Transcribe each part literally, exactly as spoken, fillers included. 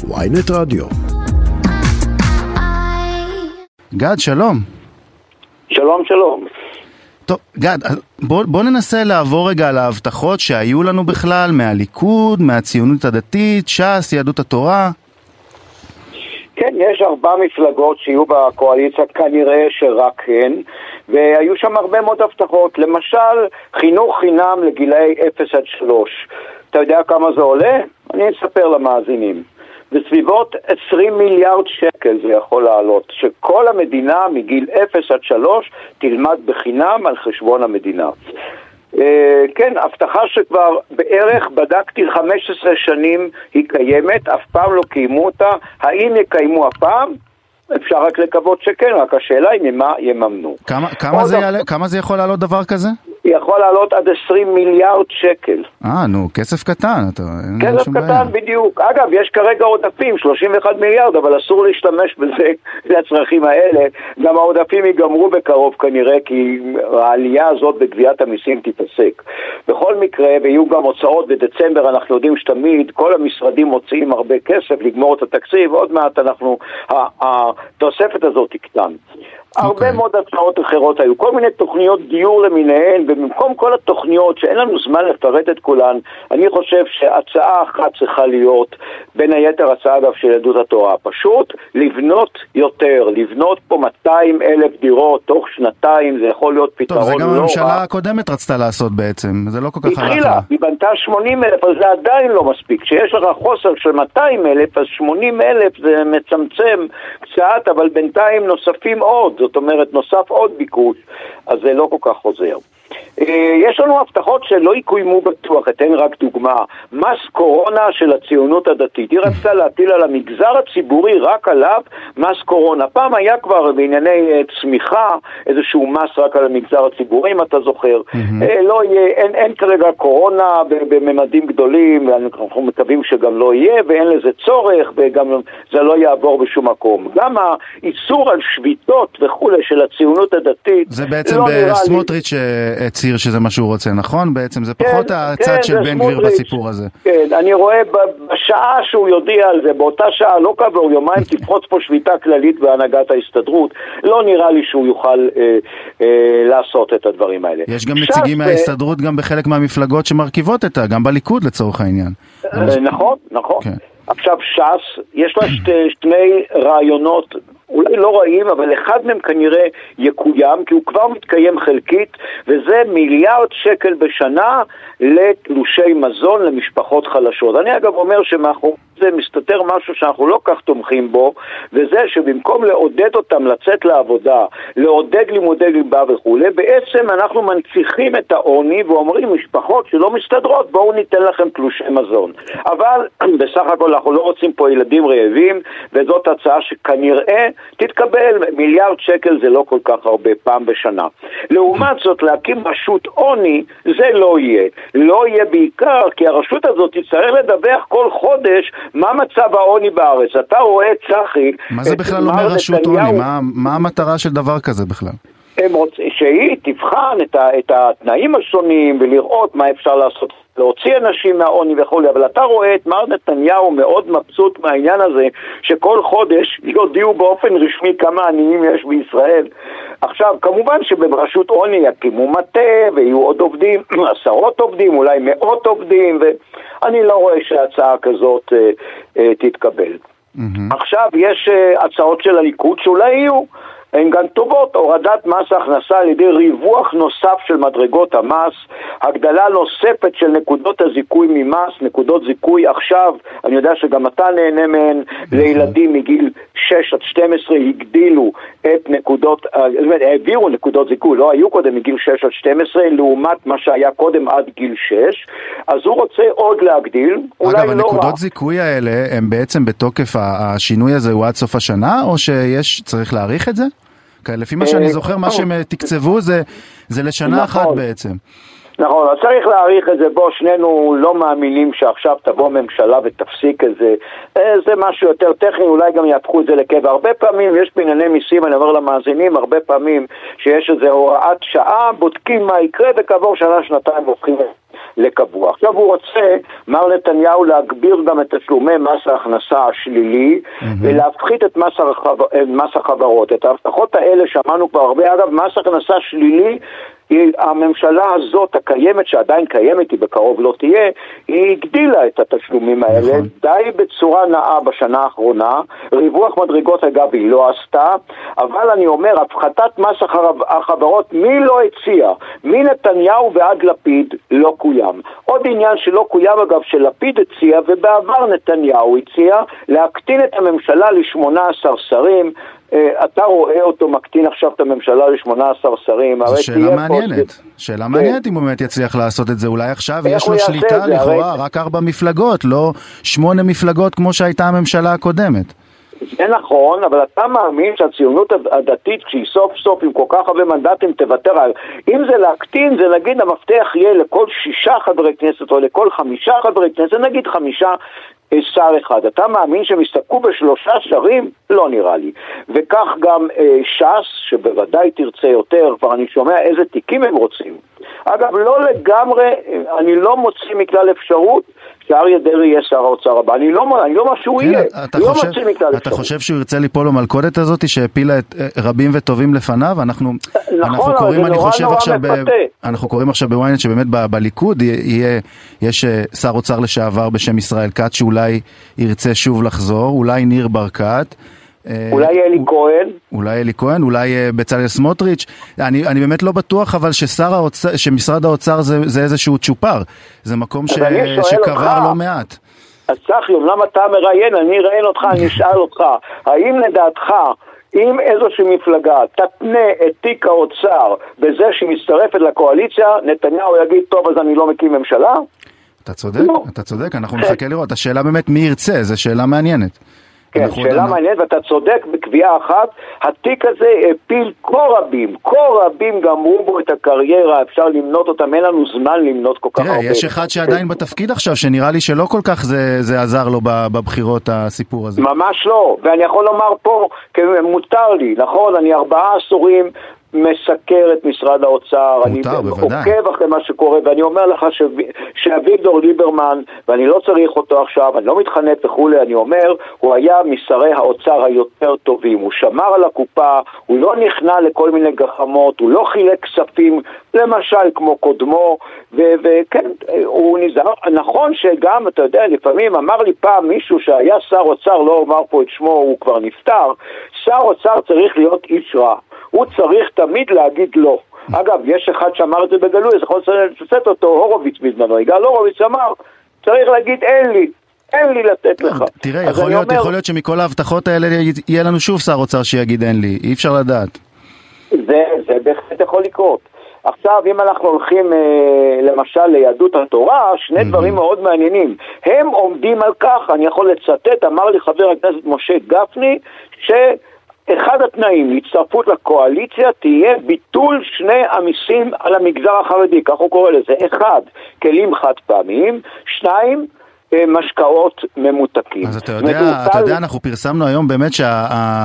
וויינט רדיו. גד, שלום. שלום, שלום. טוב, גד, בוא, בוא ננסה לעבור רגע על ההבטחות שהיו לנו בכלל, מהליכוד, מהציונות הדתית, ש"ס, יהדות התורה. כן, יש ארבע מפלגות שיהיו בקואליציה, כנראה שרק הן, והיו שם הרבה מאוד הבטחות. למשל, חינוך חינם לגילאי אפס עד שלוש. אתה יודע כמה זה עולה? אני אספר למאזינים. בסביבות עשרים מיליארד שקל זה יכול לעלות, שכל המדינה מגיל אפס עד שלוש תלמד בחינם על חשבון המדינה. כן, הבטחה שכבר בערך בדקתי חמש עשרה שנים היא קיימת, אף פעם לא קיימו אותה. האם יקיימו הפעם? אפשר רק לקוות שכן, רק השאלה היא ממה יממנו. כמה, כמה, זה יעלה, כמה זה יכול לעלות דבר כזה? יכול לעלות עד עשרים מיליארד שקל. אה, נו, כסף קטן. אתה, כסף קטן, בעיה. בדיוק. אגב, יש כרגע עודפים, שלושים ואחד מיליארד, אבל אסור להשתמש בזה לצרכים האלה. גם העודפים ייגמרו בקרוב כנראה, כי העלייה הזאת בגביית המיסים תתעסק. בכל מקרה, ויהיו גם הוצאות בדצמבר, אנחנו יודעים שתמיד כל המשרדים מוציאים הרבה כסף לגמור את התקציב, עוד מעט אנחנו, התוספת הזאת תקטן. Okay. הרבה מאוד הצעות אחרות היו, כל מיני תוכניות דיור למיניהן, ובמקום כל התוכניות שאין לנו זמן לפרט את כולן, אני חושב שהצעה אחת צריכה להיות, בין היתר הצעה אגב של יהדות התורה, פשוט לבנות יותר, לבנות פה מאתיים אלף דירות תוך שנתיים, זה יכול להיות פתרון לא רע. טוב, זה גם הממשלה הקודמת רצתה לעשות בעצם, זה לא כל כך הלך. התחילה, היא בנתה שמונים אלף, אז זה עדיין לא מספיק. כשיש לך חוסר של מאתיים אלף, אז שמונים אלף זה מצמצם קצת, אבל בינתיים נוספים עוד. זאת אומרת, נוסף עוד ביקוש, אז זה לא כל כך חוזר. יש לנו הבטחות שלא יקוימו בטוח, אתן רק דוגמה, מס קורונה של הציונות הדתית, היא רצתה להטיל על המגזר הציבורי רק עליו מס קורונה. פעם היה כבר בענייני צמיחה איזשהו מס רק על המגזר הציבורי, אם אתה זוכר. לא יהיה, אין, אין כרגע קורונה בממדים גדולים, ואנחנו מקווים שגם לא יהיה, ואין לזה צורך, וגם זה לא יעבור בשום מקום. גם האיסור על שביתות וכו' של הציונות הדתית, זה בעצם בסמוטריץ' הציר שזה מה שהוא רוצה, נכון? בעצם זה פחות כן, הצד כן, של בן גביר בסיפור הזה. כן, אני רואה בשעה שהוא יודיע על זה, באותה שעה, לא כעבור יומיים, תפרוץ פה שביתה כללית בהנהגת ההסתדרות, לא נראה לי שהוא יוכל אה, אה, לעשות את הדברים האלה. יש גם נציגים מההסתדרות גם בחלק מהמפלגות שמרכיבות את ה, גם בליכוד לצורך העניין. אה, נכון, נכון. כן. עכשיו ש"ס, יש לה שתי, שני רעיונות, אולי לא רעים, אבל אחד מהם כנראה יקוים, כי הוא כבר מתקיים חלקית, וזה מיליארד שקל בשנה לתלושי מזון למשפחות חלשות. אני אגב אומר שמאחורי זה מסתתר משהו שאנחנו לא כך תומכים בו, וזה שבמקום לעודד אותם לצאת לעבודה, לעודד לימודי ליבה וכו', בעצם אנחנו מנציחים את העוני ואומרים משפחות שלא מסתדרות, בואו ניתן לכם תלושי מזון. אבל בסך הכל אנחנו לא רוצים פה ילדים רעבים, וזאת הצעה שכנראה תתקבל. מיליארד שקל זה לא כל כך הרבה פעם בשנה. לעומת זאת, להקים רשות עוני, זה לא יהיה. לא יהיה בעיקר, כי הרשות הזאת תצטרך לדווח כל חודש מה מצב העוני בארץ. אתה רואה, צחי, מה זה בכלל אומר רשות עוני? מה, מה המטרה של דבר כזה בכלל? הם רוצים שהיא תבחן את, ה, את התנאים השונים ולראות מה אפשר לעשות, להוציא אנשים מהעוני וכו', אבל אתה רואה את מר נתניהו מאוד מבסוט מהעניין הזה, שכל חודש יודיעו באופן רשמי כמה עניים יש בישראל. עכשיו, כמובן שברשות עוני יקימו מטה ויהיו עוד עובדים, עשרות עובדים, אולי מאות עובדים, ואני לא רואה שההצעה כזאת אה, אה, תתקבל. Mm-hmm. עכשיו יש אה, הצעות של הליכוד שאולי יהיו, הן גם טובות, הורדת מס הכנסה על ידי ריווח נוסף של מדרגות המס, הגדלה נוספת של נקודות הזיכוי ממס, נקודות זיכוי עכשיו, אני יודע שגם אתה נהנה מהן, לילדים מגיל שש עד שתים עשרה הגדילו את נקודות, העבירו נקודות זיכוי, לא היו קודם מגיל שש עד שתים עשרה, לעומת מה שהיה קודם עד גיל שש, אז הוא רוצה עוד להגדיל, אולי לא רע. אגב, הנקודות זיכוי האלה, הם בעצם בתוקף השינוי הזה הוא עד סוף השנה, או שיש, צריך להאריך את זה? לפי מה שאני זוכר, מה שהם תקצבו זה, זה לשנה אחת בעצם. נכון, אז צריך להעריך את זה, בו שנינו לא מאמינים שעכשיו תבוא ממשלה ותפסיק את זה, זה משהו יותר טכני, אולי גם יהפכו את זה לקבע. הרבה פעמים יש בענייני מיסים, אני אומר למאזינים, הרבה פעמים שיש איזו הוראת שעה, בודקים מה יקרה וכעבור שנה, שנתיים הופכים לקבוע. עכשיו הוא רוצה, מר נתניהו, להגביר גם את תשלומי מס ההכנסה השלילי mm-hmm. ולהפחית את מס, החבר... מס החברות. את ההבטחות האלה שמענו כבר הרבה. אגב, מס הכנסה שלילי, הממשלה הזאת הקיימת, שעדיין קיימת, היא בקרוב לא תהיה, היא הגדילה את התשלומים האלה, נכון. די בצורה נאה בשנה האחרונה, ריווח מדרגות אגב היא לא עשתה, אבל אני אומר, הפחתת מס החברות, מי לא הציע? מנתניהו ועד לפיד לא קוים. עוד עניין שלא קוים אגב שלפיד הציע, ובעבר נתניהו הציע, להקטין את הממשלה ל-שמונה עשר שרים, אתה רואה אותו מקטין עכשיו את הממשלה ל-שמונה עשר שרים. זו שאלה מעניינת. שאלה מעניינת אם הוא באמת יצליח לעשות את זה. אולי עכשיו יש לו שליטה לכאורה, רק ארבע מפלגות, לא שמונה מפלגות כמו שהייתה הממשלה הקודמת. זה נכון, אבל אתה מאמין שהציונות הדתית, כשהיא סוף סוף עם כל כך הרבה מנדטים תוותר על... אם זה להקטין, זה נגיד המפתח יהיה לכל שישה חברי כנסת או לכל חמישה חברי כנסת, נגיד חמישה שר אחד. אתה מאמין שהם יסתפקו בשלושה שרים? לא נראה לי. וכך גם אה, ש"ס, שבוודאי תרצה יותר, כבר אני שומע איזה תיקים הם רוצים. אגב, לא לגמרי, אני לא מוציא מכלל אפשרות שאריה דרעי יהיה שר האוצר הבא. אני לא, אני לא מה שהוא יהיה. אתה, לא חושב, אתה חושב שהוא ירצה ליפול למלכודת הזאת שהפילה את רבים וטובים לפניו? אנחנו, נכון, אנחנו קוראים, אני נורא, חושב נורא עכשיו, ב, מפתה. אנחנו קוראים עכשיו בוויינט שבאמת ב, בליכוד יהיה, יש שר אוצר לשעבר בשם ישראל כץ שאולי ירצה שוב לחזור, אולי ניר ברקת. אולי אלי כהן, אולי אלי כהן, אולי בצלאל סמוטריץ'. אני אני באמת לא בטוח, אבל ששר האוצר, שמשרד האוצר זה זה איזשהו צ'ופר, זה מקום ש, שקבר לא מעט. אז צחי, למה אתה מראיין? אני אראיין אותך, אני אשאל אותך, האם לדעתך אם איזושהי מפלגה תתנה את תיק האוצר בזה שהיא מצטרפת לקואליציה, נתניהו יגיד טוב אז אני לא מקים ממשלה? אתה צודק, אתה צודק, אנחנו נחכה לראות. השאלה באמת מי ירצה, זו שאלה מעניינת. כן, שאלה מעניינת, ואתה צודק בקביעה אחת, התיק הזה הפיל כה רבים, כה רבים גמרו בו את הקריירה, אפשר למנות אותם, אין לנו זמן למנות כל כך הרבה. תראה, יש אחד שעדיין בתפקיד עכשיו, שנראה לי שלא כל כך זה, זה עזר לו בבחירות הסיפור הזה. ממש לא, ואני יכול לומר פה, מותר לי, נכון, אני ארבעה עשורים, מסקר את משרד האוצר, אני עוקב אחרי מה שקורה, ואני אומר לך שאביגדור ליברמן, ואני לא צריך אותו עכשיו, אני לא מתחנף וכולי, אני אומר, הוא היה משרי האוצר היותר טובים, הוא שמר על הקופה, הוא לא נכנע לכל מיני גחמות, הוא לא חילק כספים, למשל כמו קודמו, וכן, הוא נזהר, נכון שגם, אתה יודע, לפעמים אמר לי פעם מישהו שהיה שר אוצר, לא אומר פה את שמו, הוא כבר נפטר, שר אוצר צריך להיות איש רע. הוא צריך תמיד להגיד לא. אגב, יש אחד שאמר את זה בגלוי, אז יכול לצטט אותו, הורוביץ בזמנו, יגאל הורוביץ אמר, צריך להגיד אין לי, אין לי לתת לך. תראה, יכול להיות, אומר, יכול להיות שמכל ההבטחות האלה יהיה לנו שוב שר אוצר שיגיד אין לי, אי אפשר לדעת. זה, זה בהחלט יכול לקרות. עכשיו, אם אנחנו הולכים אה, למשל ליהדות התורה, שני mm-hmm. דברים מאוד מעניינים. הם עומדים על כך, אני יכול לצטט, אמר לי חבר הכנסת משה גפני, ש... אחד התנאים להצטרפות לקואליציה תהיה ביטול שני המיסים על המגזר החרדי, כך הוא קורא לזה. אחד, כלים חד פעמיים, שניים, משקאות ממותקים. אז אתה יודע, אתה יודע, אנחנו פרסמנו היום באמת שה,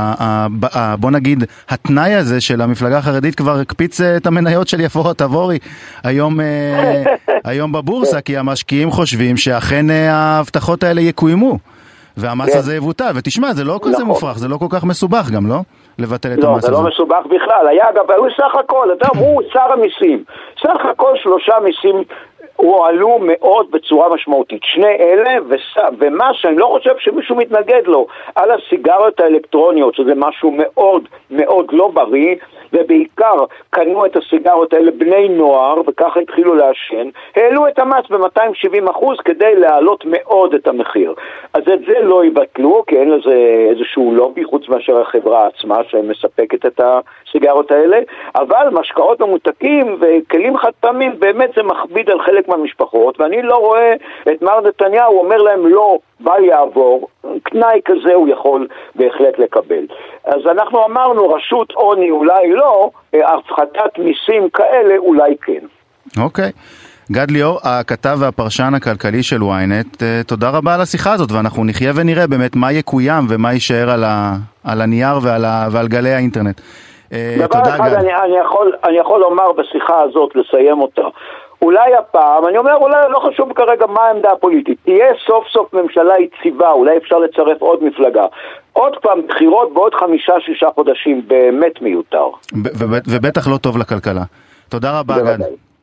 בוא נגיד, התנאי הזה של המפלגה החרדית כבר הקפיץ את המניות של יפות עבורי היום, היום בבורסה, כי המשקיעים חושבים שאכן ההבטחות האלה יקוימו. והמס הזה יבוטל, ותשמע, זה לא כזה מופרך, זה לא כל כך מסובך גם, לא? לבטל את המס הזה. לא, זה לא מסובך בכלל, היה אגב, הוא סך הכל, אתה יודע, הוא שר המיסים, סך הכל שלושה מיסים הועלו מאוד בצורה משמעותית, שני אלה, ומה שאני לא חושב שמישהו מתנגד לו, על הסיגריות האלקטרוניות, שזה משהו מאוד מאוד לא בריא, ובעיקר קנו את הסיגרות האלה בני נוער, וככה התחילו לעשן, העלו את המס ב-מאתיים שבעים אחוז כדי להעלות מאוד את המחיר. אז את זה לא יבטלו, כי אין לזה איזשהו לובי, חוץ מאשר החברה עצמה שמספקת את הסיגרות האלה, אבל משקאות ממותקים וכלים חד פעמים, באמת זה מכביד על חלק מהמשפחות, ואני לא רואה את מר נתניהו אומר להם לא, בל יעבור, תנאי כזה הוא יכול בהחלט לקבל. אז אנחנו אמרנו, רשות עוני אולי לא, הפחתת מיסים כאלה אולי כן. אוקיי. גד ליאור, הכתב והפרשן הכלכלי של וויינט, תודה רבה על השיחה הזאת, ואנחנו נחיה ונראה באמת מה יקוים ומה יישאר על, ה, על הנייר ועל, ה, ועל גלי האינטרנט. דבר אחד אני, אני, יכול, אני יכול לומר בשיחה הזאת, לסיים אותה. אולי הפעם, אני אומר, אולי לא חשוב כרגע מה העמדה הפוליטית, תהיה סוף סוף ממשלה יציבה, אולי אפשר לצרף עוד מפלגה. עוד פעם בחירות בעוד חמישה, שישה חודשים, באמת מיותר. ובטח לא טוב לכלכלה. תודה רבה, גד.